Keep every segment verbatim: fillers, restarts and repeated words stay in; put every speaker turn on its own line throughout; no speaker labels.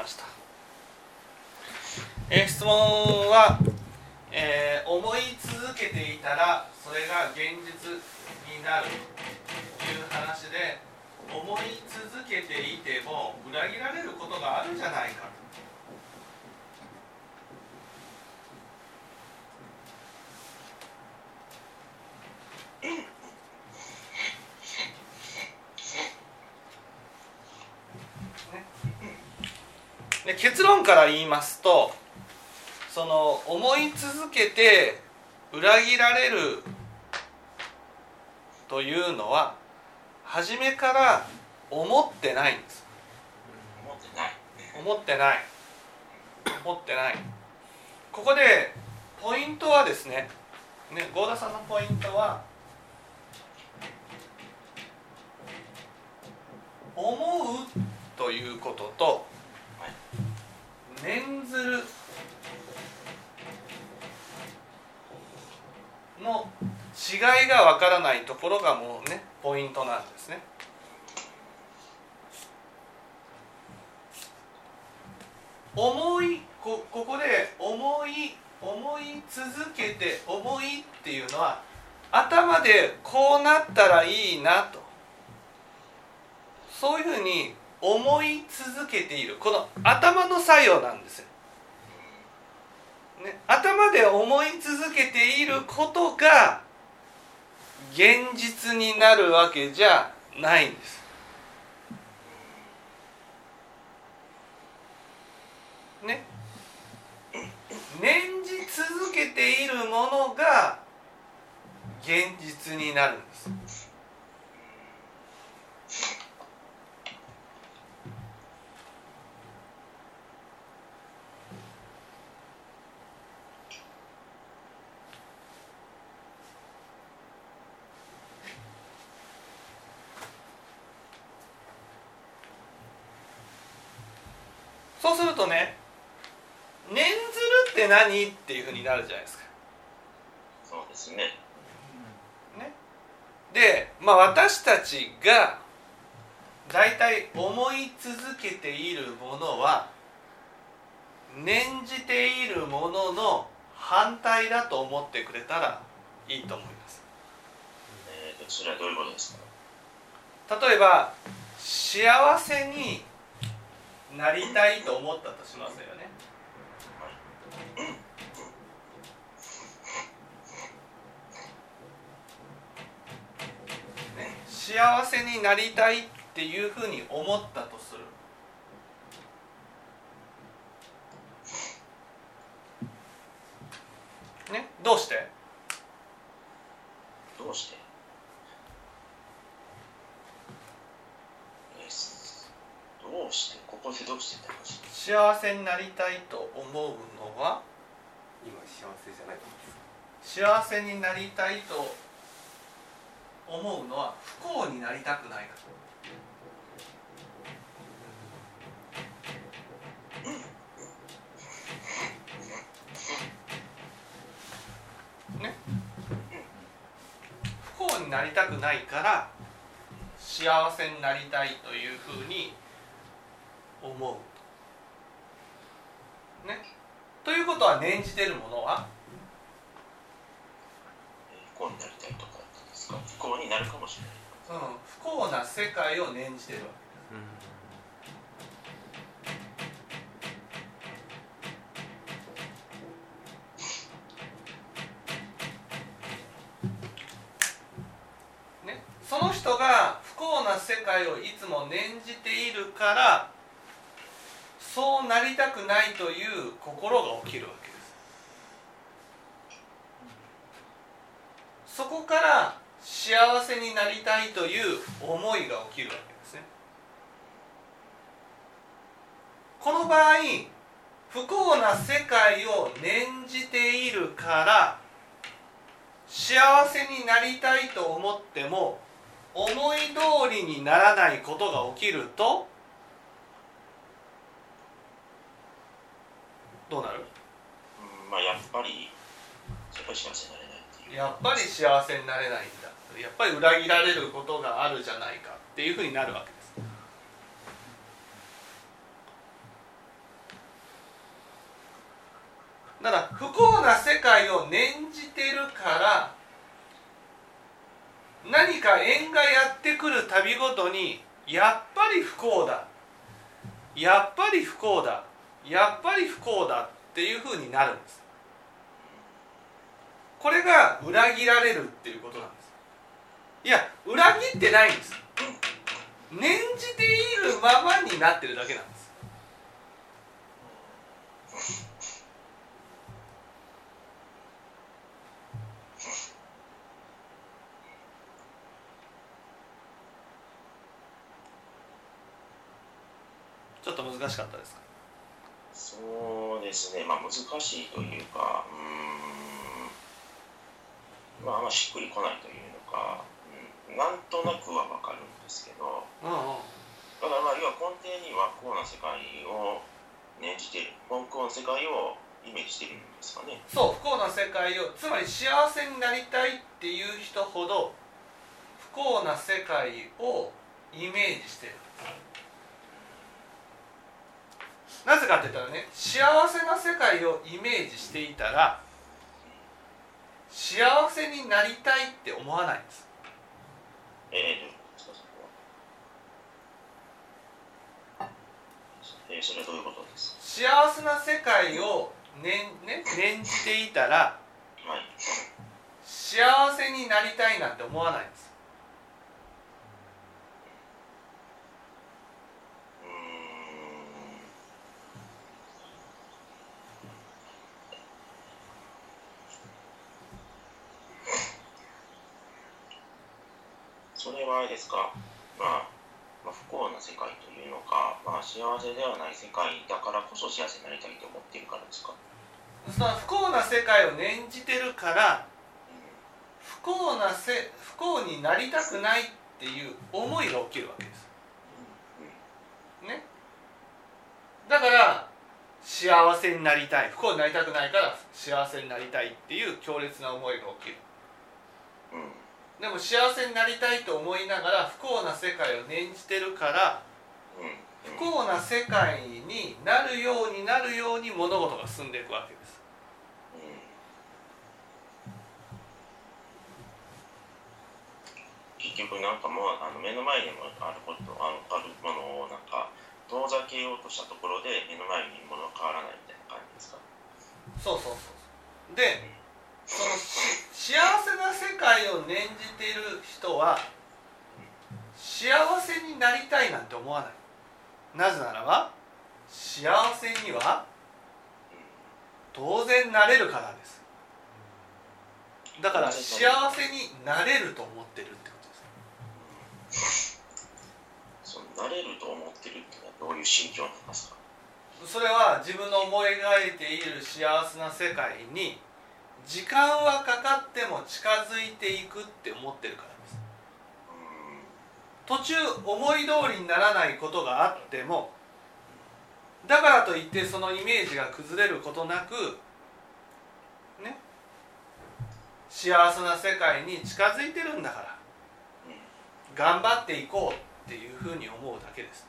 ました。えー、質問は、えー、思い続けていたらそれが現実になるという話で、思い続けていても裏切られることがあるじゃないか。で、結論から言いますと、その思い続けて裏切られるというのは初めから思ってないんです。
思ってない
思ってない思ってないここでポイントはですね、ね、合田さんのポイントは、思うということと念ずるの違いがわからないところがもうねポイントなんですね。思い こ, ここで思い思い続けて思いっていうのは頭でこうなったらいいなと、そういうふうに思い続けている、この頭の作用なんですよ、ね、頭で思い続けていることが現実になるわけじゃないんです。ね、念じ続けているものが現実になるんです。そうするとね、念ずるって何っていうふうになるじゃないですか。
そうですね。
ね、で、まあ、私たちがだいたい思い続けているものは念じているものの反対だと思ってくれたらいいと思います。
えー、それはどういうことですか？
例えば幸せになりたいと思ったとしますよね。ね、幸せになりたいっていうふうに思ったとする。ね、どうして？
どうして？どうして？ここでどうしてって話？
幸せになりたいと思うのは、
今幸せじゃないと思うんです。
幸せになりたいと思うのは不幸になりたくないから。ね、不幸になりたくないから幸せになりたいというふうに思う。ね、ということは念じているものは
不幸になりたいとかですか？不幸になるかもしれない。
うん、不幸な世界を念じているわけです。ね、その人が不幸な世界をいつも念じているからそうなりたくないという心が起きるわけです。そこから幸せになりたいという思いが起きるわけですね。この場合、不幸な世界を念じているから幸せになりたいと思っても思い通りにならないことが起きるとどうなる？
うん、まあやっぱりやっぱり幸せになれないっていう。
やっぱり幸せになれないんだ。やっぱり裏切られることがあるじゃないかっていうふうになるわけです。 だから不幸な世界を念じてるから何か縁がやってくるたびごとにやっぱり不幸だ、やっぱり不幸だ、やっぱり不幸だっていうふうになるんです。これが裏切られるっていうことなんです。いや、裏切ってないんです。念じているままになってるだけなんです。ちょっと難しかったですか？
そうですね、まあ難しいというか、うーん、まああんましっくりこないというのか、うん、なんとなくはわかるんですけど、
うんうん、
だからまあ要は根底には不幸な世界を念じている、不幸な世界をイメージしているんですかね。
そう、不幸な世界を、つまり幸せになりたいっていう人ほど不幸な世界をイメージしている。なぜかって言ったらね、幸せな世界をイメージしていたら幸せになりたいって思わないんです。
えー、どういうことですか、そこは。えー、それはどういうことですか。
幸せな世界を念、ね、念じていたら、
はい、
幸せになりたいなんて思わないんです。
それはあれですか、まあ、まあ、不幸な世界というのか、まあ、幸せではない世界だからこそ幸せになりたいと思っているからですか。
その不幸な世界を念じてるから不幸なせ不幸になりたくないっていう思いが起きるわけです、ね、だから幸せになりたい、不幸になりたくないから幸せになりたいっていう強烈な思いが起きる、うん、でも幸せになりたいと思いながら不幸な世界を念じてるから、うん、不幸な世界になるようになるように物事が進んでいくわけです。
結局なんかもうあの目の前にもあることあのあるものをなんか遠ざけようとしたところで目の前にものは変わらないみたいな感じですか。
そうそうそうで、その幸せな世界を念じている人は幸せになりたいなんて思わない。なぜならば幸せには当然なれるからです。だから幸せになれると思ってるってことです。
そのなれると思ってるってのはどういう心境なんですか。
それは自分の思い描いている幸せな世界に時間はかかっても近づいていくって思ってるからです。途中思い通りにならないことがあってもだからといってそのイメージが崩れることなくね、幸せな世界に近づいてるんだから頑張っていこうっていうふうに思うだけです。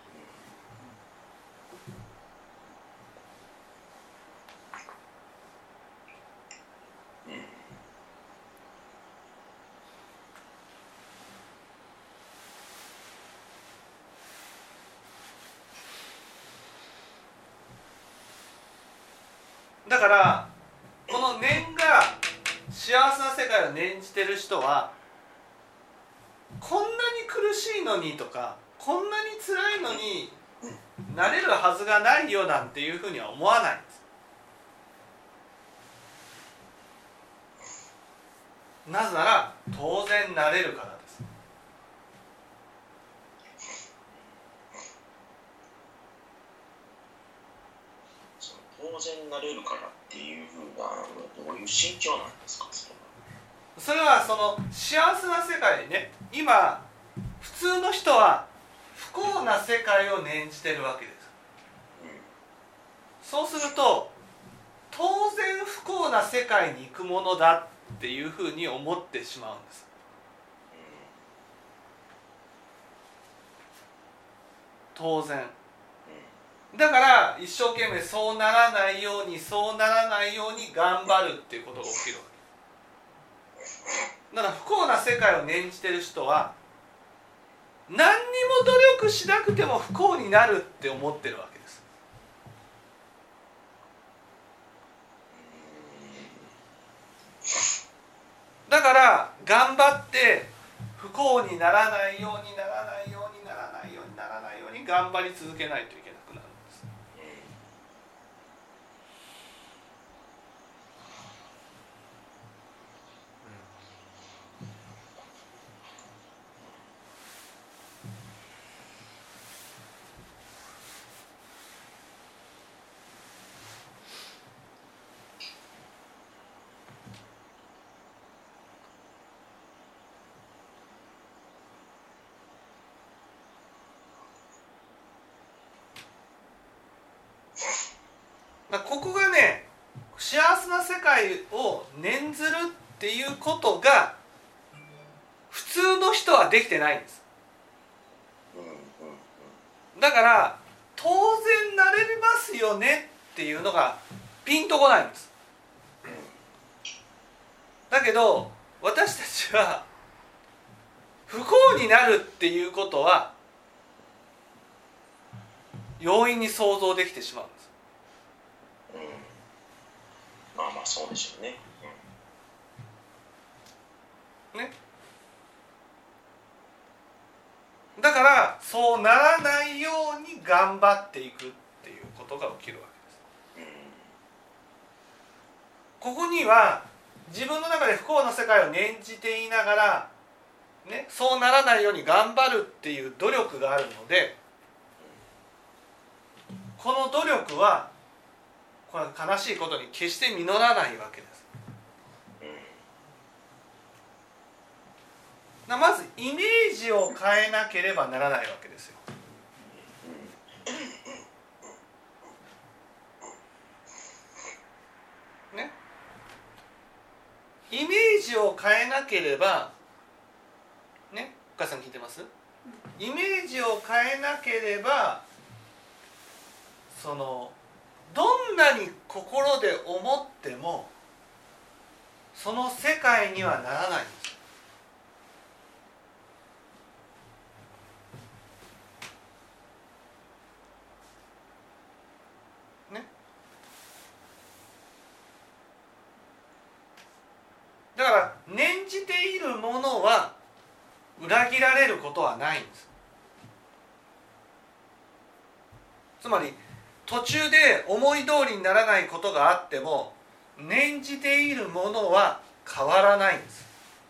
だからこの念が幸せな世界を念じてる人はこんなに苦しいのにとかこんなに辛いのになれるはずがないよなんていうふうには思わないんです。なぜなら当然なれるからです。
当然なれるからっていうふうなどういう心境なんですか。それは
それはその幸せな世界にね、今普通の人は不幸な世界を念じてるわけです、うん、そうすると当然不幸な世界に行くものだっていうふうに思ってしまうんです、うん、当然、うん、 だから一生懸命そうならないようにそうならないように頑張るっていうことが起きるわけだから不幸な世界を念じてる人は何にも努力しなくても不幸になるって思ってるわけです。だから頑張って不幸にならないようにならないようにならないようにならないように頑張り続けないといけなくなるんです。ここがね、幸せな世界を念ずるっていうことが普通の人はできてないんです。だから当然なれますよねっていうのがピンとこないんです。だけど私たちは不幸になるっていうことは容易に想像できてしまうんです。
うん、まあまあそうでしょうね。
うん、ね。だからそうならないように頑張っていくっていうことが起きるわけです。うん、ここには自分の中で不幸な世界を念じていながら、ね、そうならないように頑張るっていう努力があるので、この努力はこれ悲しいことに決して実らないわけです。まずイメージを変えなければならないわけですよ。ね、イメージを変えなければ、ね、お母さん聞いてます？イメージを変えなければ、そのどんなに心で思ってもその世界にはならないんです。ね。だから念じているものは裏切られることはないんです。つまり途中で思い通りにならないことがあっても念じているものは変わらないんです。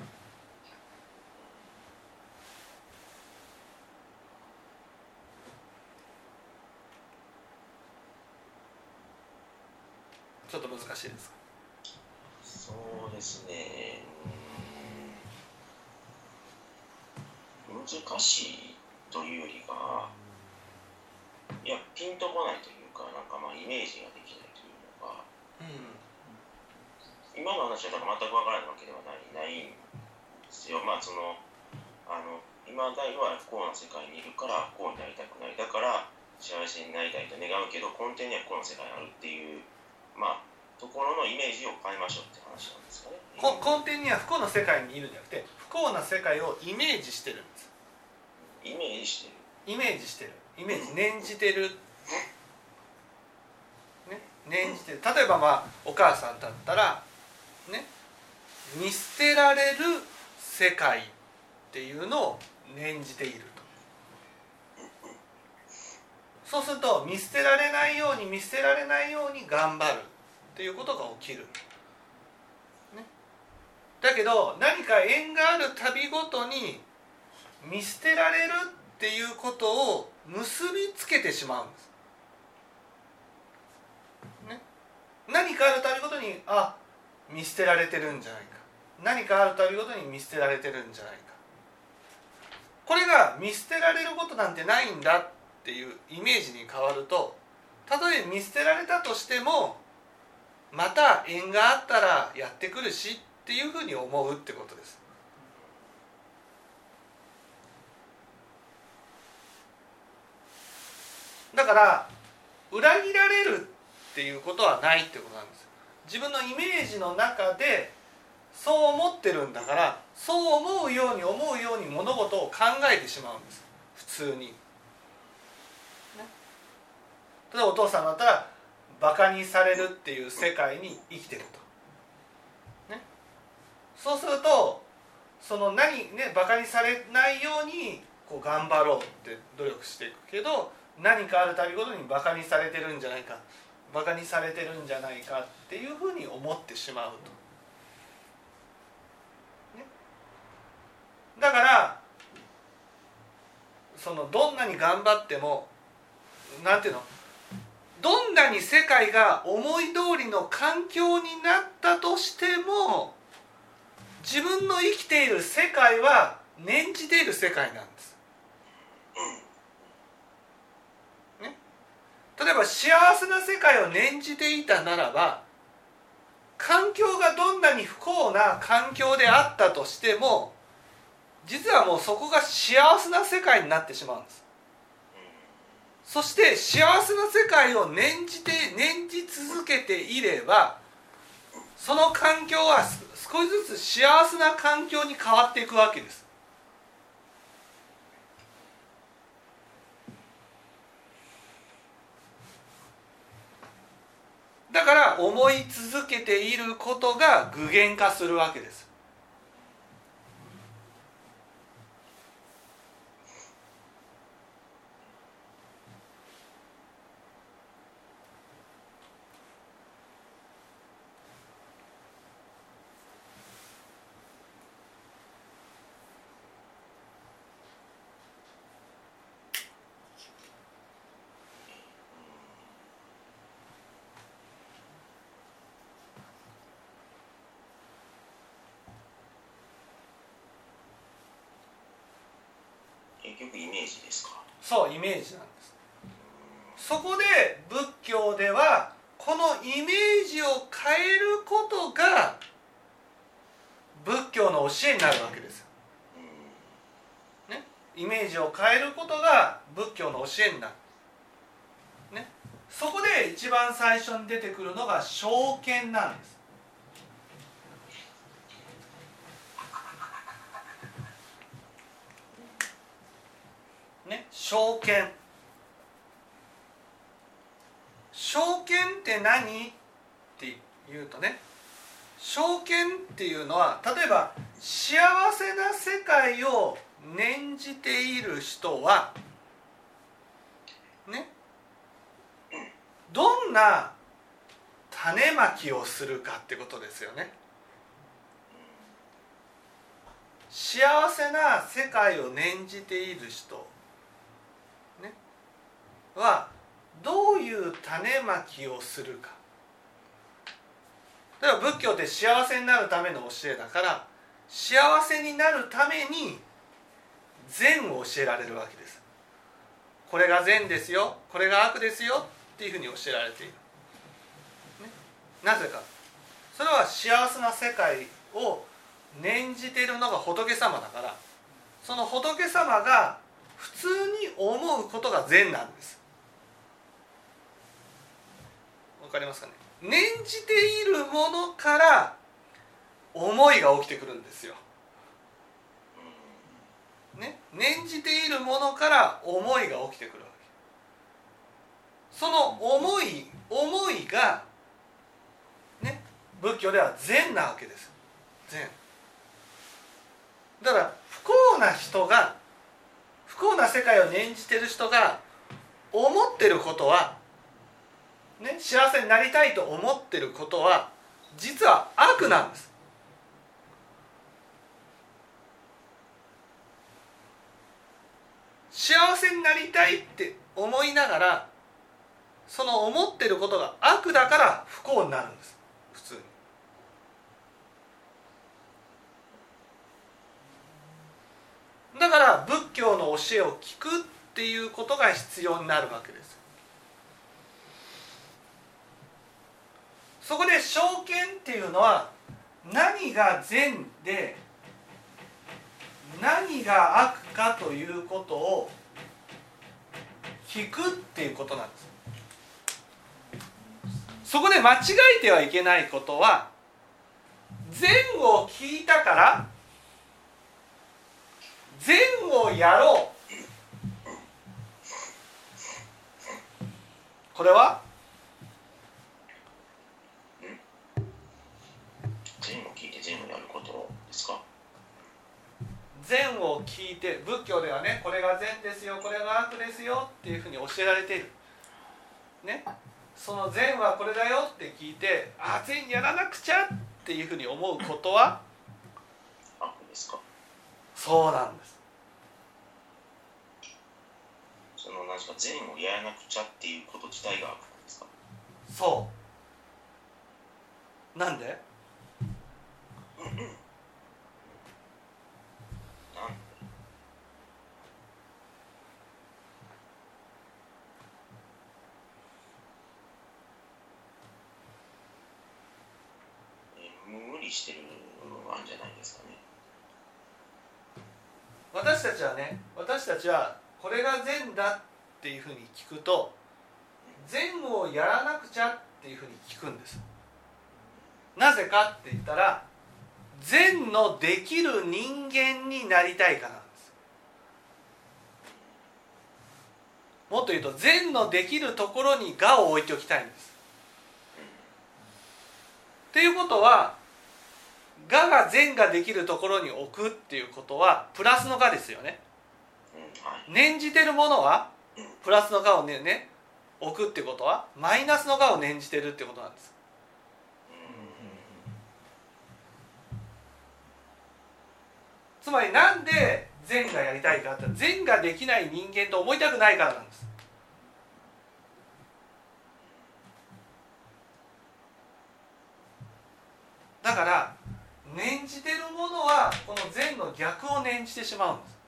ちょっと難しいですか？
そうですね、難しいというよりか、いやピンとこないというか、なんかまあイメージができないというのが、うん、今の話はだから全く分からないわけではないないんですよ。まあそのあの今大は不幸な世界にいるから不幸になりたくない、だから幸せになりたいと願うけど根底には不幸な世界があるっていう、まあところのイメージを変えましょうって話なんですかね。
根底には不幸な世界にいるんじゃなくて、不幸な世界をイメージしてるんです。
イメージしてる
イメージしてるイメージ念じてる、ね、念じてる。例えばまあお母さんだったらね、見捨てられる世界っていうのを念じていると。そうすると見捨てられないように見捨てられないように頑張るっていうことが起きる、ね、だけど何か縁があるたびごとに見捨てられるっていうことを結びつけてしまうんです、ね、何かあるたびごとにあ見捨てられてるんじゃないか、何かあるたびごとに見捨てられてるんじゃないか、これが見捨てられることなんてないんだっていうイメージに変わると、たとえ見捨てられたとしてもまた縁があったらやってくるしっていうふうに思うってことです。だから裏切られるっていうことはないってことなんです。自分のイメージの中でそう思ってるんだから、そう思うように思うように物事を考えてしまうんです、普通に、ね、例えばお父さんだったらバカにされるっていう世界に生きてると、ね、そうするとその何ねバカにされないようにこう頑張ろうって努力していくけど、何かあるたびごとにバカにされてるんじゃないかバカにされてるんじゃないかっていうふうに思ってしまうと、ね、だからそのどんなに頑張ってもなんていうのどんなに世界が思い通りの環境になったとしても自分の生きている世界は念じている世界なんです、ね、例えば幸せな世界を念じていたならば環境がどんなに不幸な環境であったとしても実はもうそこが幸せな世界になってしまうんです。そして幸せな世界を念じて念じ続けていればその環境は少しずつ幸せな環境に変わっていくわけです。だから思い続けていることが具現化するわけです。
結局イメージですか。
そうイメージなんです。そこで仏教ではこのイメージを変えることが仏教の教えになるわけです、ね、イメージを変えることが仏教の教えになる、ね、そこで一番最初に出てくるのが正見なんです。ね、正見正見って何って言うとね、正見っていうのは例えば幸せな世界を念じている人はねどんな種まきをするかってことですよね。幸せな世界を念じている人ね、はどういう種まきをするか。例えば仏教って幸せになるための教えだから幸せになるために善を教えられるわけです。これが善ですよ、これが悪ですよっていうふうに教えられている、ね、なぜかそれは幸せな世界を念じているのが仏様だから、その仏様が普通に思うことが善なんです。わかりますかね。念じているものから思いが起きてくるんですよ、ね、念じているものから思いが起きてくるわけ。その思い思いがね仏教では善なわけです。善だから不幸な人が不幸な世界を念じている人が思ってることはね、幸せになりたいと思ってることは実は悪なんです。幸せになりたいって思いながらその思ってることが悪だから不幸になるんです、普通に。だから仏教の教えを聞くっていうことが必要になるわけです。そこで正見っていうのは何が善で何が悪かということを聞くっていうことなんです。 そこで間違えてはいけないことは、善を聞いたから善をやろう、これは
善を聞いて善をやることですか。
善を聞いて、仏教ではね、これが善ですよ、これが悪ですよっていうふうに教えられているね。その善はこれだよって聞いて、あ、善やらなくちゃっていうふうに思うことは
悪ですか。
そうなんです。
その何ですか、善をやらなくちゃっていうこと自体が悪なんですか。
そう。なんで？
なんで？無理してるのがあるんじゃないですかね。
私たちはね、私たちはこれが善だっていうふうに聞くと、善をやらなくちゃっていうふうに聞くんです。なぜかって言ったら、善のできる人間になりたいからなんです。もっと言うと、善のできるところに我を置いておきたいんです。っていうことは、我が善ができるところに置くっていうことはプラスの我ですよね。念じてるものはプラスの我をね、ね置くっていうことはマイナスの我を念じてるっていうことなんです。つまりなんで善がやりたいかって、善ができない人間と思いたくないからなんです。だから念じてるものはこの善の逆を念じてしまうんです。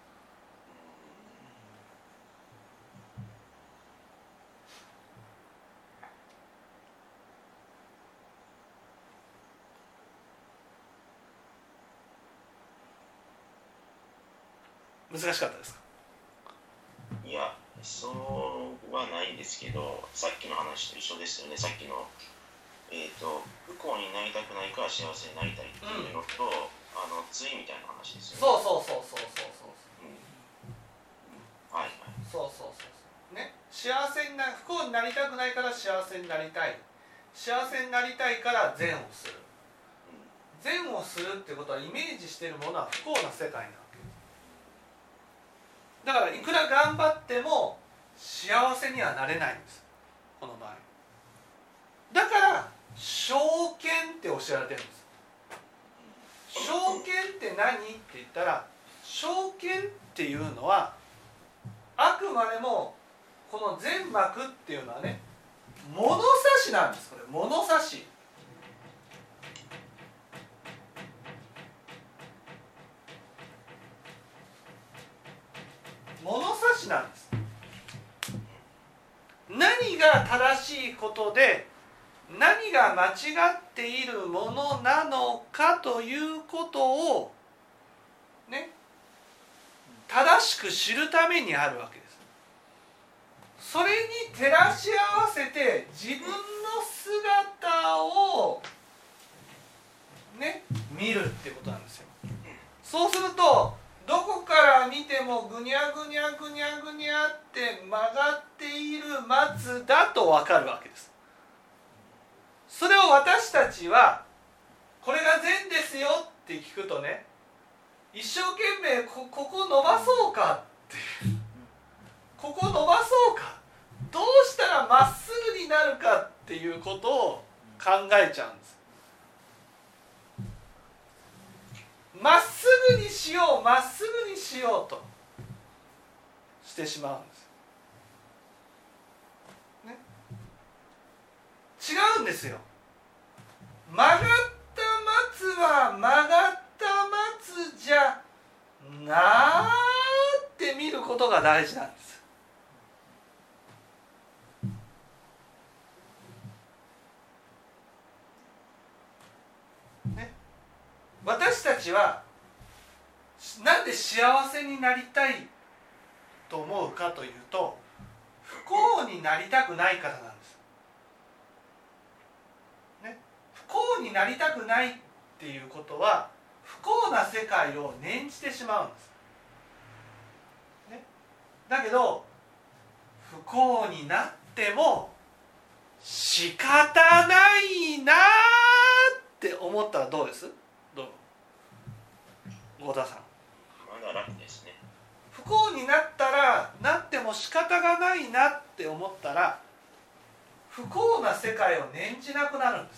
難しかったですか？
いや、そうはないですけど、さっきの話と一緒ですよね。さっきのえーと、不幸になりたくないから幸せになりたいっていうのと、うん、あの対みたいな話ですよね。
そうそうそうそうそうそう、うんうん、はいはい、そうそうそうそうね、幸せにな不幸になりたくないから幸せになりたい、幸せになりたいから善をする、うん、善をするってことはイメージしているものは不幸な世界なわけです。だからいくら頑張っても幸せにはなれないんです、この場合。だから正見って教えられてるんです。正見って何って言ったら、正見っていうのはあくまでもこの善悪っていうのはね、物差しなんです。これ物差し。物差しなんです。何が正しいことで何が間違っているものなのかということをね、正しく知るためにあるわけです。それに照らし合わせて自分の姿をね、見るってことなんですよ。そうするとどこから見てもぐにゃぐにゃぐにゃぐにゃって曲がっている松だと分かるわけです。それを私たちはこれが善ですよって聞くとね、一生懸命 こ, ここ伸ばそうかっていう、ここ伸ばそうか、どうしたらまっすぐになるかっていうことを考えちゃうんです。まっすぐにしようまっすぐにしようとしてしまうんです、ね、違うんですよ。曲がった松は曲がった松じゃなーって見ることが大事なんです。ね、私たちはなんで幸せになりたいと思うかというと、不幸になりたくないからなんです。 になりたくないっていうことは不幸な世界を念じてしまうんです、ね、だけど不幸になっても仕方ないなって思ったらどうです？どう？合田さん。
まだ楽ですね。
不幸になったらなっても仕方がないなって思ったら不幸な世界を念じなくなるんです。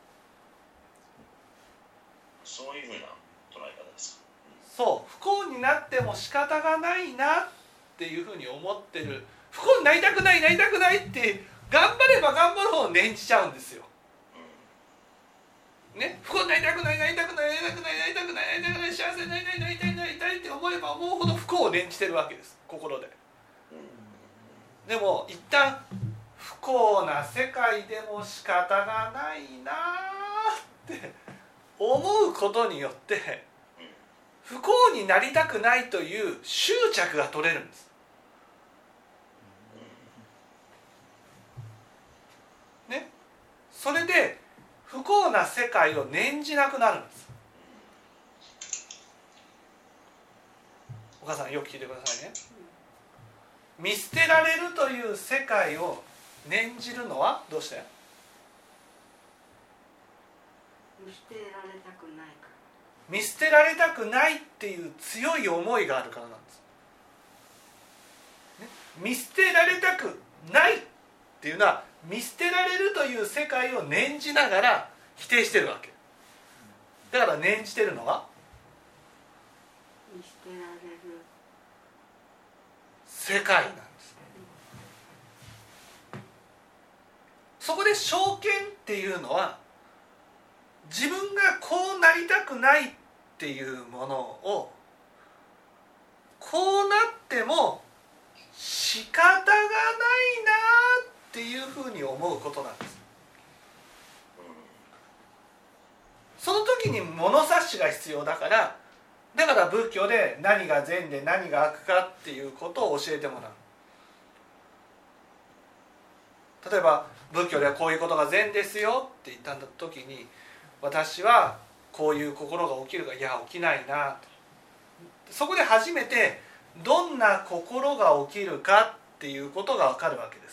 そういうふうな捉え方ですか。
そう不幸になっても仕方がないなっていうふうに思ってる、不幸になりたくないなりたくないって頑張れば頑張るほど念じちゃうんですよ、ね、不幸になりたくないなりたくないなりたくないなりたくないなりたくない幸せになりたいなりたいなりたいって思えば思うほど不幸を念じてるわけです、心で。でも一旦不幸な世界でも仕方がないなって思うことによって不幸になりたくないという執着が取れるんです、ね、それで不幸な世界を念じなくなるんです。お母さんよく聞いてくださいね。見捨てられるという世界を念じるのはどうして？
見捨てられたくないから。
見捨てられたくないっていう強い思いがあるからなんです、ね、見捨てられたくないっていうのは見捨てられるという世界を念じながら否定してるわけだから、念じてるのは
見捨てられる
世界なんです。そこで正見っていうのは自分がこうなりたくないっていうものをこうなっても仕方がないなっていうふうに思うことなんです。その時に物差しが必要だから、だから仏教で何が善で何が悪かっていうことを教えてもらう。例えば仏教ではこういうことが善ですよって言った時に、私はこういう心が起きるが、いや起きないなと。そこで初めてどんな心が起きるかっていうことが分かるわけです。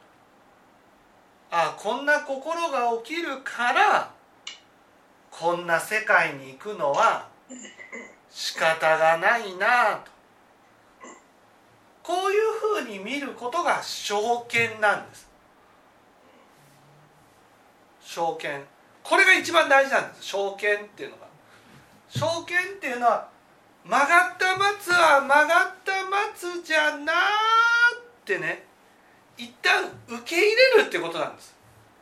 ああ、こんな心が起きるからこんな世界に行くのは仕方がないなと、こういうふうに見ることが正見なんです。正見、これが一番大事なんです。正見っていうのが、正見っていうのは曲がった松は曲がった松じゃなーってね、一旦受け入れるっていうことなんです。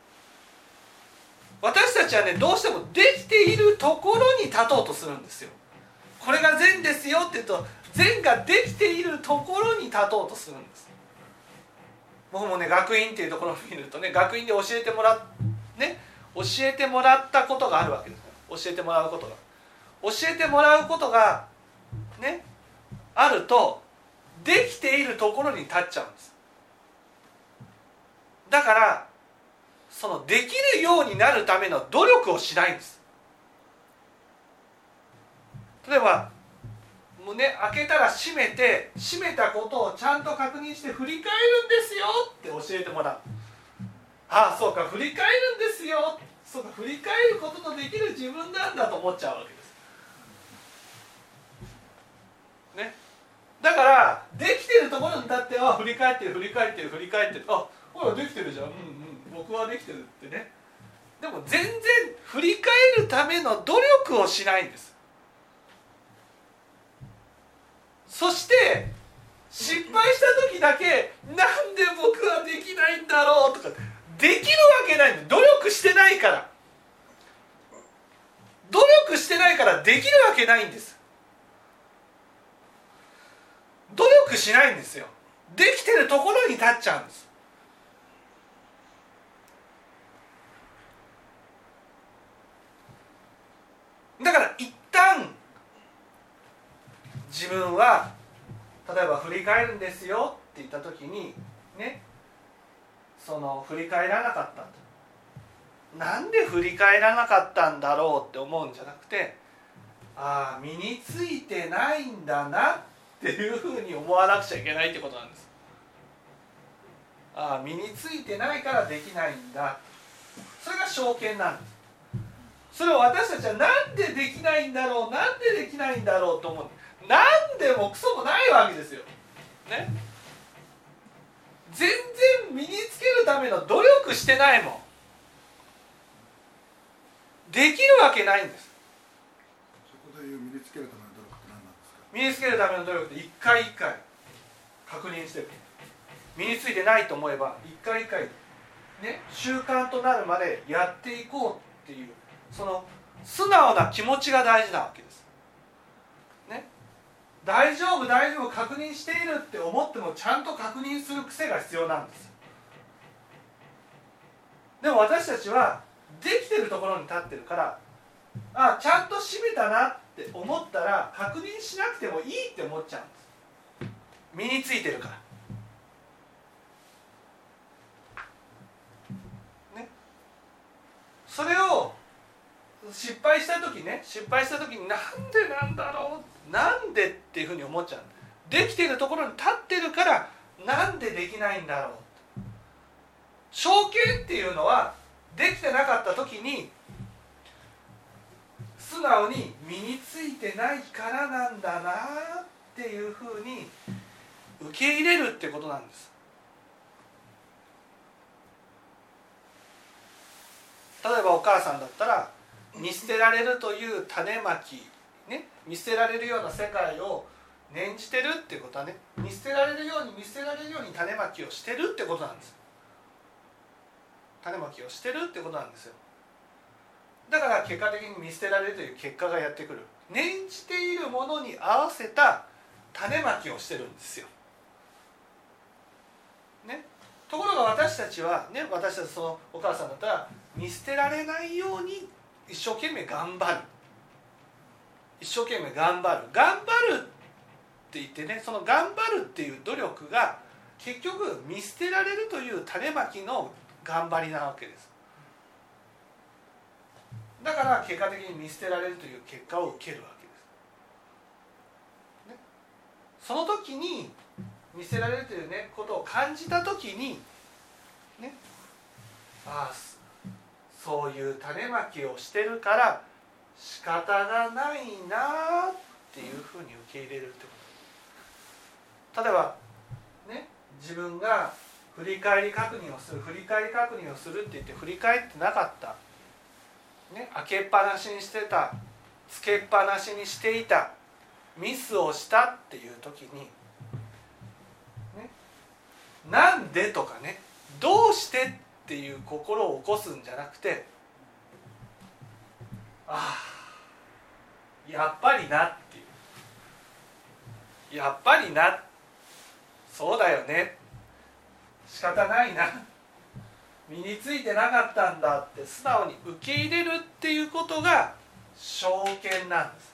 私たちはね、どうしてもできているところに立とうとするんですよ。これが善ですよって言うと、善ができているところに立とうとするんです。僕もね、学院っていうところを見るとね、学院で教えてもらっね教えてもらったことがあるわけです。教えてもらうことが教えてもらうことがねあると、できているところに立っちゃうんです。だからそのできるようになるための努力をしないんです。例えばもうね、開けたら閉めて、閉めたことをちゃんと確認して振り返るんですよって教えてもらう。ああ、そうか、振り返るんですよ、そうか、振り返ることのできる自分なんだと思っちゃうわけです、ね、だからできてるところに立って、あ、振り返ってる振り返ってる振り返ってる、あ、ほらできてるじゃん、うんうん、僕はできてるってね。でも全然振り返るための努力をしないんです。そして失敗した時だけ、なんで僕はできないんだろうとか、できるわけないんで、努力してないから、努力してないからできるわけないんです。努力しないんですよ。できてるところに立っちゃうんです。だから一旦自分は例えば振り返るんですよって言った時にね、その振り返らなかったと、 なんで振り返らなかったんだろうって思うんじゃなくて、ああ身についてないんだなっていうふうに思わなくちゃいけないってことなんです。ああ身についてないからできないんだ、それが正見なんです。それを私たちはなんでできないんだろう、なんでできないんだろうと思う。なんでもクソもないわけですよ、ね、全然身につけるための努力してないもん。できるわけないんです。
そこでいう身につけるための努力って何なんですか？
身につけるための努力って一回一回確認してる。身についてないと思えば一回一回ね、習慣となるまでやっていこうっていう、その素直な気持ちが大事なわけです、ね、大丈夫大丈夫確認しているって思ってもちゃんと確認する癖が必要なんです。でも私たちはできてるところに立ってるから、あちゃんと閉めたなって思ったら確認しなくてもいいって思っちゃうんです。身についてるから、ね、それを失敗した時ね失敗した時になんでなんだろう、なんでっていうふうに思っちゃう。できてるところに立ってるからなんでできないんだろう。正見っていうのはできてなかった時に素直に身についてないからなんだなっていうふうに受け入れるってことなんです。例えばお母さんだったら見捨てられるという種まき、ね、見捨てられるような世界を念じてるってことはね、見捨てられるように見捨てられるように種まきをしてるってことなんです。種まきをしてるってことなんですよ。だから結果的に見捨てられるという結果がやってくる。念じているものに合わせた種まきをしてるんですよ、ね、ところが私たちは、ね、私たちそのお母さんだったら見捨てられないように一生懸命頑張る一生懸命頑張る頑張るって言ってね、その頑張るっていう努力が結局見捨てられるという種まきの頑張りなわけです。だから結果的に見捨てられるという結果を受けるわけです、ね、その時に見捨てられるという、ね、ことを感じた時に、ね、ああそういう種まきをしてるから仕方がないなっていうふうに受け入れるってこと。例えば、ね、自分が振り返り確認をする振り返り確認をするって言って振り返ってなかった、ね、開けっぱなしにしてたつけっぱなしにしていたミスをしたっていう時に、ね、なんでとかねどうしてっていう心を起こすんじゃなくて、ああやっぱりなっていうやっぱりなそうだよね仕方ないな身についてなかったんだって素直に受け入れるっていうことが正見なんです。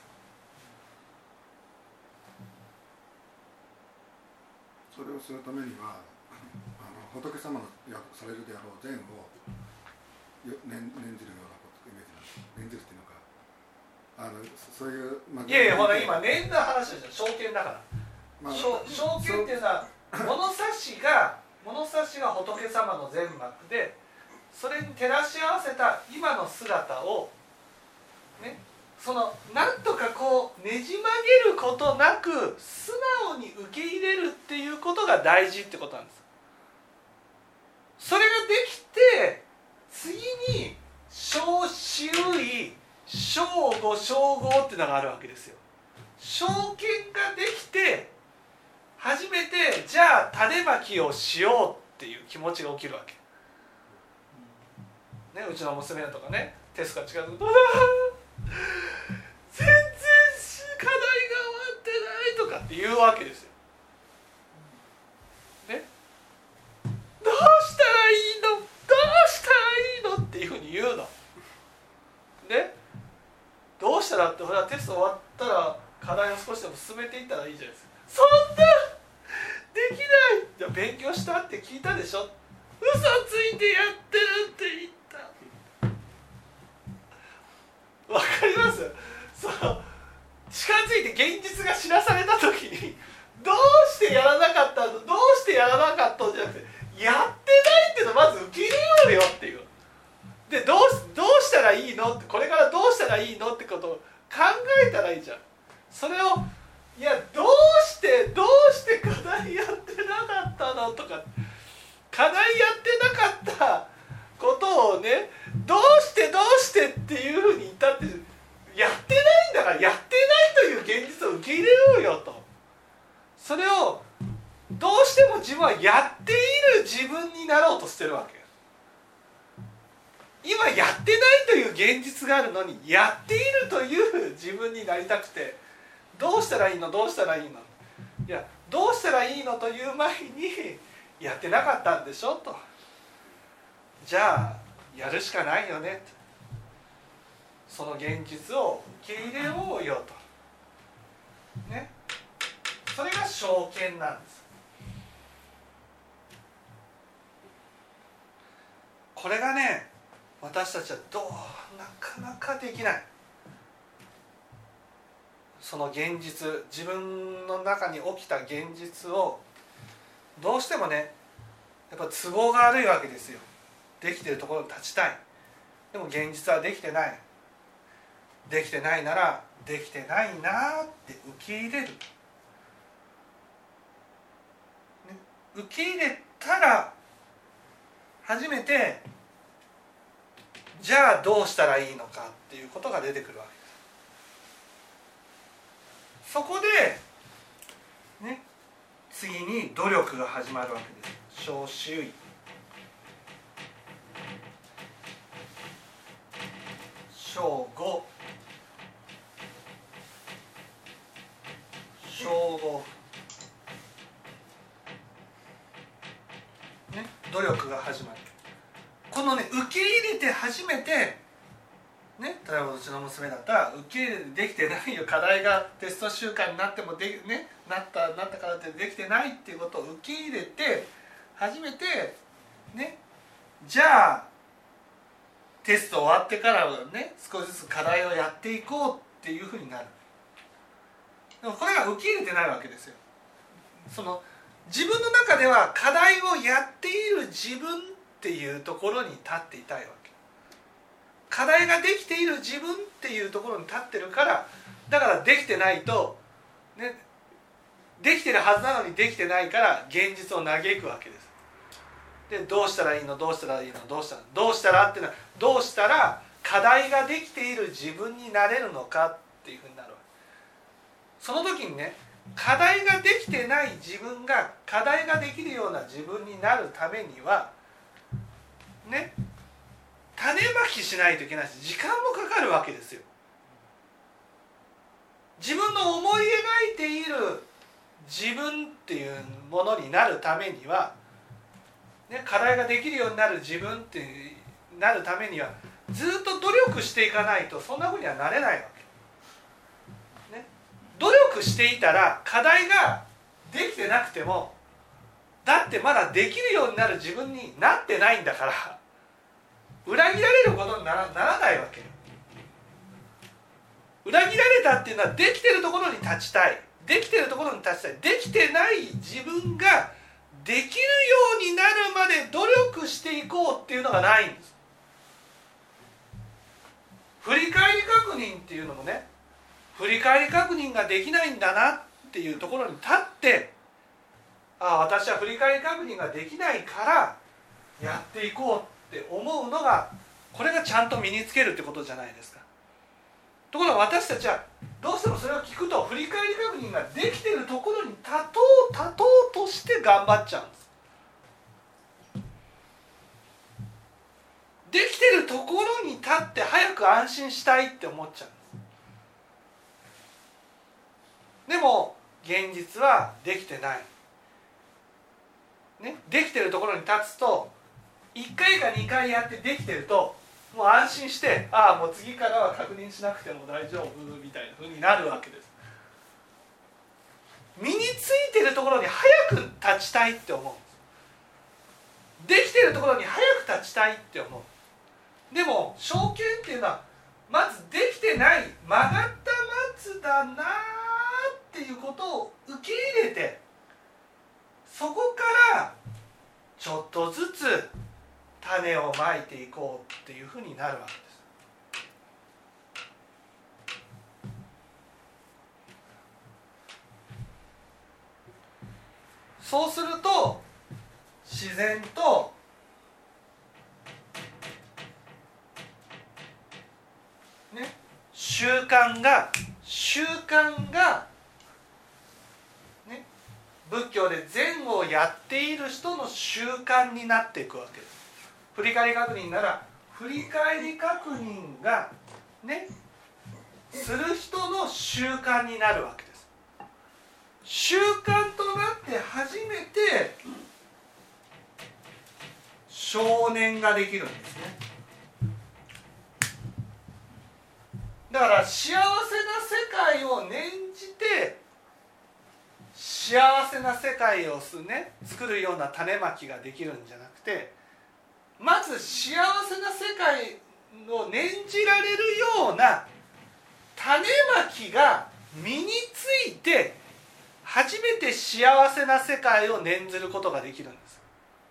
それをするためにはあの仏様のされるであろう善を念じるようなことイメージなんです。念じるっていうのかあのそういう、まあ、
いやいやほら今念の話ですよ。正見だから、まあ、正見っていうのは物差しが物差しが仏様の全幕でそれに照らし合わせた今の姿を、ね、そのなんとかこうねじ曲げることなく素直に受け入れるっていうことが大事ってことなんです。それができて次に小周囲正語正語っていうのがあるわけですよ。正見ができて初めてじゃあ種まきをしようっていう気持ちが起きるわけ、ね、うちの娘とかねテストが近づくと全然課題が終わってないとかって言うわけですよ、ね、どうしたらいいのどうしたらいいのっていうふうに言うのでどうしたらってほらテスト終わったら課題を少しでも進めていったらいいじゃないですか。そんなできないじゃあ勉強したって聞いたでしょ嘘ついてやってるって言った実が知らされた時にどうしてやらなかったの、どうしてやらなかったんじゃなくて、やってないっていうのをまず受け入れようよっていう。でどうどうしたらいいのって、これからどうしたらいいのってことを考えたらいいじゃん。それをいやどうしてどうして課題やってなかったのとか、課題やってなかったことをね、どうしてどうしてっていうふうに言ったって、やってないんだから、やってないという現実を受け入れようよと。それをどうしても自分はやっている自分になろうとしてるわけよ。今やってないという現実があるのに、やっているという自分になりたくて、どうしたらいいのどうしたらいいの、いやどうしたらいいのという前にやってなかったんでしょと。じゃあやるしかないよねと。その現実を受け入れようよとね。それが正見なんです。これがね、私たちはどうなかなかできない。その現実、自分の中に起きた現実をどうしてもね、やっぱ都合が悪いわけですよ。できてるところに立ちたい。でも現実はできてない。できてないならできてないなって受け入れる、ね、受け入れたら初めてじゃあどうしたらいいのかっていうことが出てくるわけです。そこで、ね、次に努力が始まるわけです。小周囲、小五、小五、ね、努力が始まる。このね、受け入れて初めて、ね、例えばうちの娘だったら受け入れてできてないよ、課題がテスト習慣になってもで、ね、なったなったからってできてないっていうことを受け入れて初めて、ね、じゃあテスト終わってからね、少しずつ課題をやっていこうっていうふうになる。でもこれが受け入れてないわけですよ。その自分の中では課題をやっている自分っていうところに立っていたいわけ。課題ができている自分っていうところに立ってるから、だからできてないと、ね、できてるはずなのにできてないから現実を嘆くわけです。でどうしたらいいのどうしたらいいのどうしたらどうしたらっていうのは、どうしたら課題ができている自分になれるのかっていうふうになるわけ。その時にね、課題ができてない自分が課題ができるような自分になるためにはね、種まきしないといけないし、時間もかかるわけですよ。自分の思い描いている自分っていうものになるためには、ね、課題ができるようになる自分ってなるためにはずっと努力していかないとそんなふうにはなれないわけ、ね、努力していたら課題ができてなくても、だってまだできるようになる自分になってないんだから裏切られることにな ら, ならないわけよ。裏切られたっていうのはできてるところに立ちたい、できてるところに立ちたい、できてない自分ができるようになるまで努力していこうっていうのがないんです。振り返り確認っていうのもね、振り返り確認ができないんだなっていうところに立って、ああ私は振り返り確認ができないからやっていこうって思うのが、これがちゃんと身につけるってことじゃないですか。ところが私たちはどうしてもそれを聞くと振り返り確認ができているところに立とう立とうとして頑張っちゃうんです。できてるところに立って早く安心したいって思っちゃうんです。でも現実はできてない、ね、できてるところに立つといっかいかにかいやってできてるともう安心して、ああもう次からは確認しなくても大丈夫みたいな風になるわけです。身についてるところに早く立ちたいって思うんです。できてるところに早く立ちたいって思う。でも正見っていうのはまずできてない曲がった松だなっっていうことを受け入れて、そこからちょっとずつ種をまいていこうっていうふうになるわけです。そうすると自然とね、習慣が習慣がね、仏教で禅をやっている人の習慣になっていくわけです。振り返り確認なら振り返り確認がねする人の習慣になるわけです。習慣となって初めて少年ができるんですね。だから幸せな世界を念じて幸せな世界をす、ね、作るような種まきができるんじゃなくて、まず幸せな世界を念じられるような種まきが身について初めて幸せな世界を念ずることができるんです。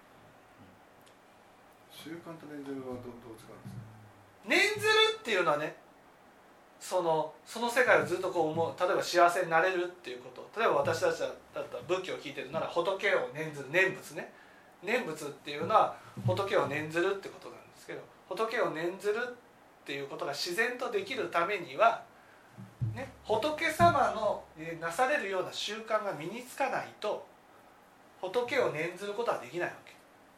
習慣と念ずるはどう違うんですか？
念ずるっていうのはね、その、その世界をずっとこう思う、例えば幸せになれるっていうこと、例えば私たちだったら仏教を聞いてるなら仏を念ずる、念仏ね、念仏っていうのは仏を念ずるってことなんですけど、仏を念ずるっていうことが自然とできるためにはね、仏様のなされるような習慣が身につかないと仏を念ずることはできないわけ。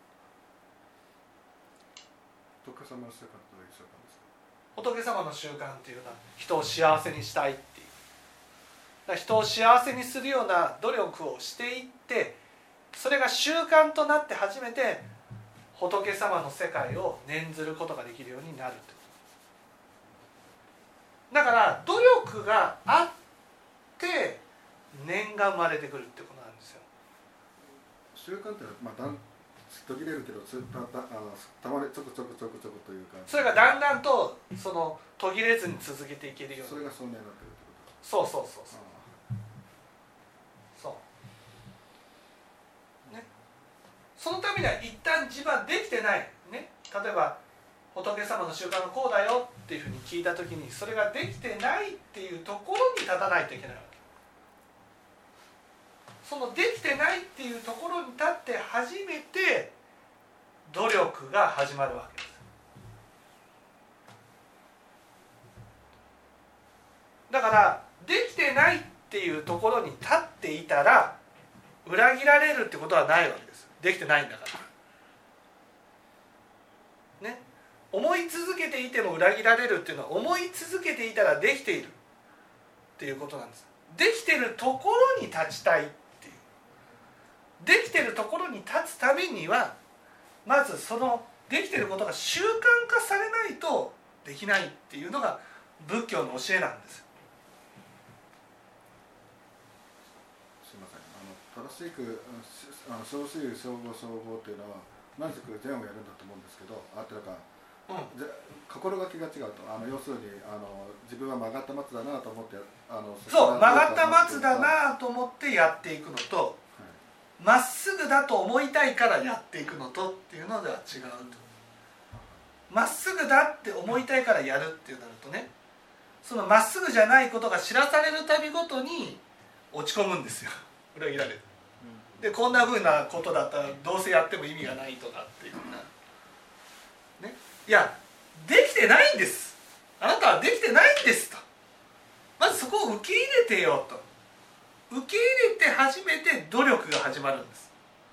仏様の習慣という習慣ですか？
仏様の習慣っていうのは人を幸せにしたいっていう、だから人を幸せにするような努力をしていって、それが習慣となって初めて仏様の世界を念ずることができるようになると。だから努力があって念が生まれてくるってことなんですよ。
習慣ってまあだん途切れるけどたたあたまにちょこちょこちょこちょこというか、
それがだんだんとその途切れずに続けていけるように、
それが少年になってるってこと？
そうそうそうそうそうね。そのためには一旦自分はできてないね、例えば仏様の習慣がこうだよっていうふうに聞いたときに、それができてないっていうところに立たないといけないわけ。そのできてないっていうところに立って初めて努力が始まるわけです。だからできてないっていうところに立っていたら裏切られるってことはないわけです。できてないんだからね。思い続けていても裏切られるっていうのは、思い続けていたらできているっていうことなんです。できてるところに立ちたいっていう、できてるところに立つためにはまずそのできてることが習慣化されないとできないっていうのが仏教の教えなんです。
すみません、あの正しくあの小数総合総合っていうのは何しく禅をやるんだと思うんですけど、あってなんか、うん、じゃ心がけが違うと、あの要するにあの自分は曲がった松だなと思って、あの
そう曲がった松だなと思ってやっていくのと、ま、はい、っすぐだと思いたいからやっていくのとっていうのでは違うと。まっすぐだって思いたいからやるっていうなるとね、そのまっすぐじゃないことが知らされるたびごとに落ち込むんですよ、裏切られる。でこんなふうなことだったらどうせやっても意味がないとかっていうふうな、ね、いやできてないんです、あなたはできてないんですと、まずそこを受け入れてよと。受け入れて初めて努力が始まるんです。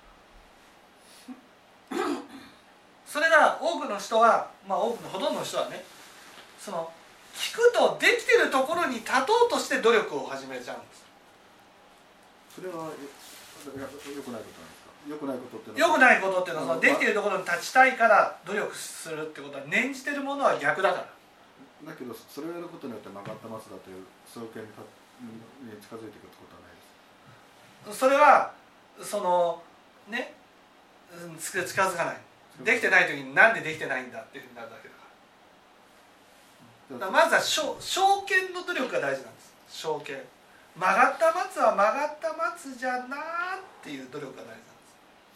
それが多くの人は、まあ多くのほとんどの人はね、その聞くとできてるところに立とうとして努力を始めちゃうんです。
それは良くないことなんですか？良くないことって
良くないことっていうのは、できてるところに立ちたいから努力するってことは、念じてるものは逆だから。
だけどそれをやることによって曲がった松だという総見に近づいていくってことはないです。そ
れはそのね、近づかない。できてない時になんでできてないんだっていうふうになるだけだから。だからまずは正見の努力が大事なんです。正見。 曲がった松は曲がった松じゃなっていう努力が大事なんです。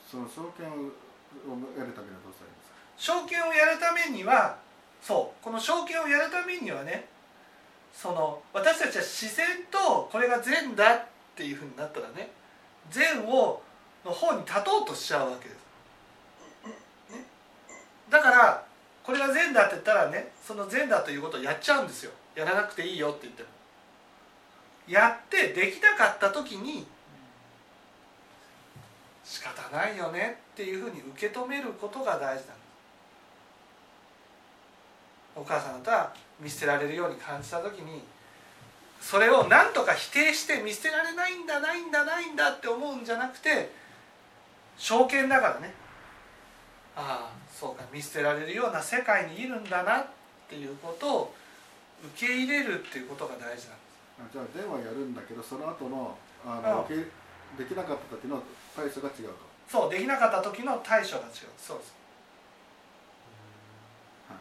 その証券をやるためにはどうしたらいいんですか。
証券をやるためには、そうこの証券をやるためにはね、その私たちは自然とこれが善だっていうふうになったらね、善をの方に立とうとしちゃうわけです、ね、だからこれが善だって言ったらね、その善だということをやっちゃうんですよ。やらなくていいよって言っても、やってできなかった時に仕方ないよねっていうふうに受け止めることが大事なんです。お母さんだったら見捨てられるように感じた時に、それを何とか否定して見捨てられないんだないんだないんだって思うんじゃなくて、証券だからね、ああそうか、見捨てられるような世界にいるんだなっていうことを受け入れるっていうことが大事なんです。
じゃあ善はやるんだけど、その後のあの受けできなかった時の対処が違うと。
そう、できなかった時の対処が違う。そうです、はい、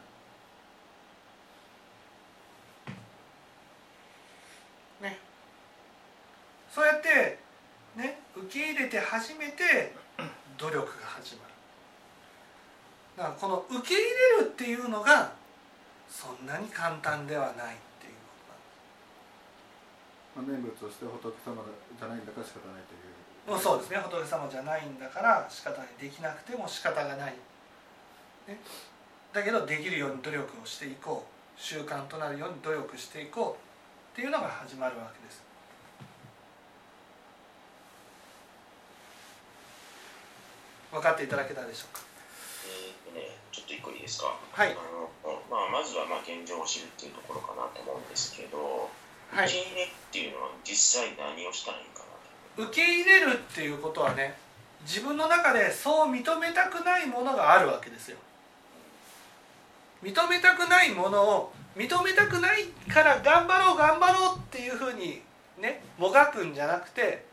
ね、そうやってね、受け入れて初めて努力が始まる。だからこの受け入れるっていうのがそんなに簡単ではないっていうことなんです。
念仏をして仏様じゃないんだから仕方ないという。
もうそうですね、仏様じゃないんだから仕方ない、できなくても仕方がない、ね、だけどできるように努力をしていこう、習慣となるように努力していこうっていうのが始まるわけです。分かっていただけたでしょうか。
えーとね、ちょっと一個いいですか。
はい。
あのまあ、まずはまあ現状を知るっていうところかなと思うんですけど、
はい、
受け入れっていうのは実際何をしたらいいかなと。
受け入れるっていうことはね、自分の中でそう認めたくないものがあるわけですよ。認めたくないものを認めたくないから頑張ろう頑張ろうっていうふうにね、もがくんじゃなくて、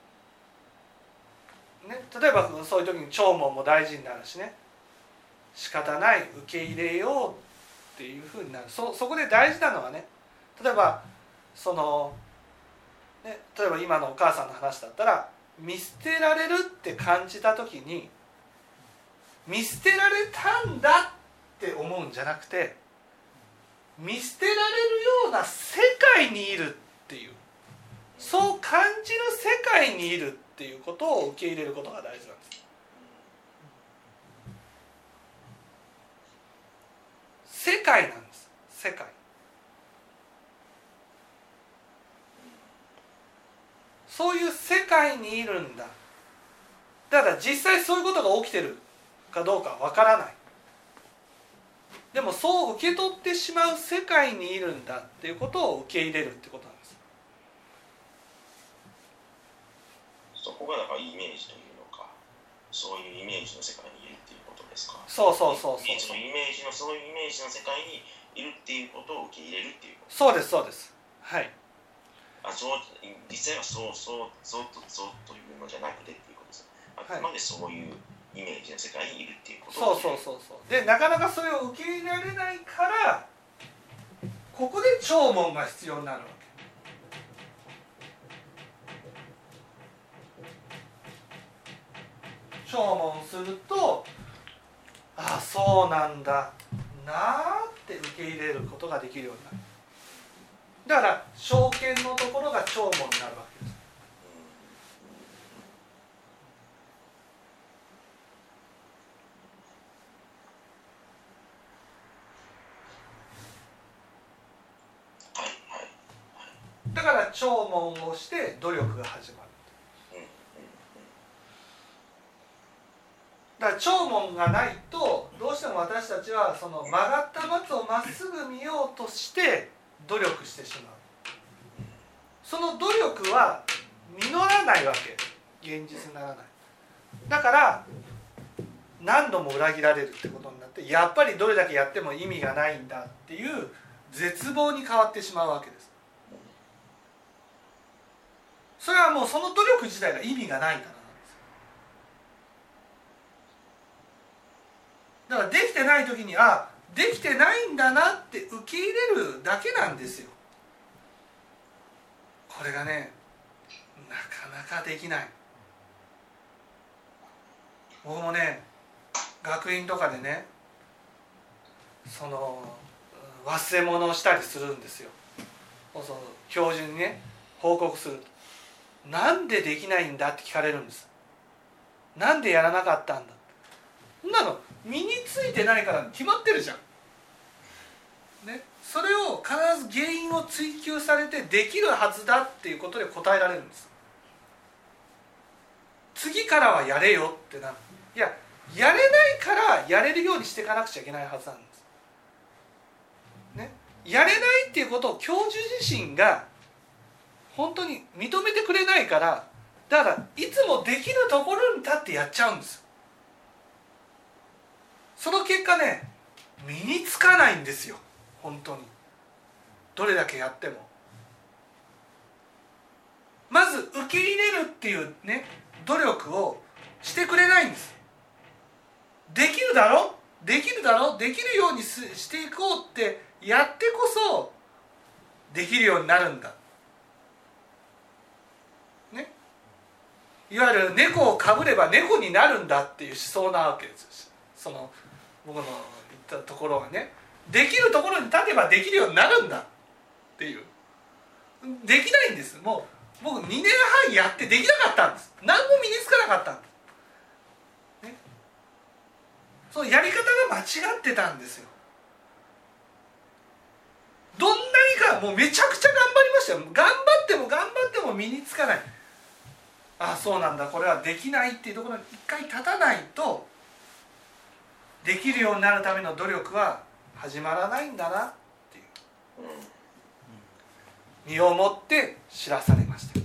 ね、例えばそういう時に聴聞も大事になるしね、仕方ない、受け入れようっていうふうになる。 そ, そこで大事なのはね、例えばその、ね、例えば今のお母さんの話だったら、見捨てられるって感じた時に、見捨てられたんだって思うんじゃなくて、見捨てられるような世界にいるっていう、そう感じる世界にいるっていうことを受け入れることが大事なんです。世界なんです。世界。そういう世界にいるんだ。だから実際そういうことが起きてるかどうかわからない。でもそう受け取ってしまう世界にいるんだっていうことを受け入れるってことなんです。
そこがだからイメージというのか、そういうイメージの世界にいるっていうことですか。
そうそうそうそう。
そのイメージのそういうイメージの世界にいるっていうことを受け入れるっていうこと。
そうですそうです。はい。
あ、そう実際はそうそうそうとそうというのじゃなくてっていうことです。あくまでそういうイメージの世界にいるっていうこと。
そうそうそうそう。でなかなかそれを受け入れられないから、ここで聴聞が必要になるわけ。聴聞すると、ああそうなんだなあって受け入れることができるようになる。だから証券のところが聴聞になるわけです。だから聴聞をして努力が始まる。だから聴聞がないと、どうしても私たちはその曲がった松をまっすぐ見ようとして努力してしまう。その努力は実らないわけ、現実にならない。だから何度も裏切られるってことになって、やっぱりどれだけやっても意味がないんだっていう絶望に変わってしまうわけです。それはもうその努力自体が意味がないからなんです。だからできてない時に、あ、できてないんだなって受け入れるだけなんですよ。 これがねなかなかできない。僕もね学院とかでねその忘れ物をしたりするんですよ。その教授にね報告すると、なんでできないんだって聞かれるんです。なんでやらなかったんだ。そんなの身についてないから決まってるじゃん、ね、それを必ず原因を追求されてできるはずだっていうことで答えられるんです。次からはやれよってなる。いや、やれないからやれるようにしていかなくちゃいけないはずなんです、ね、やれないっていうことを教授自身が本当に認めてくれないから、だからいつもできるところに立ってやっちゃうんですよ。その結果ね身につかないんですよ。本当にどれだけやってもまず受け入れるっていうね努力をしてくれないんです。できるだろできるだろできるようにしていこうってやってこそできるようになるんだ、ね、いわゆる猫をかぶれば猫になるんだっていう思想なわけです。その僕の言ったところはね、できるところに立てばできるようになるんだっていう。できないんです。もう僕にねんはんやってできなかったんです。何も身につかなかったんです、ね、そのやり方が間違ってたんですよ。どんなにかもうめちゃくちゃ頑張りましたよ。頑張っても頑張っても身につかない。ああそうなんだ、これはできないっていうところに一回立たないとできるようになるための努力は始まらないんだなっていう身をもって知らされました。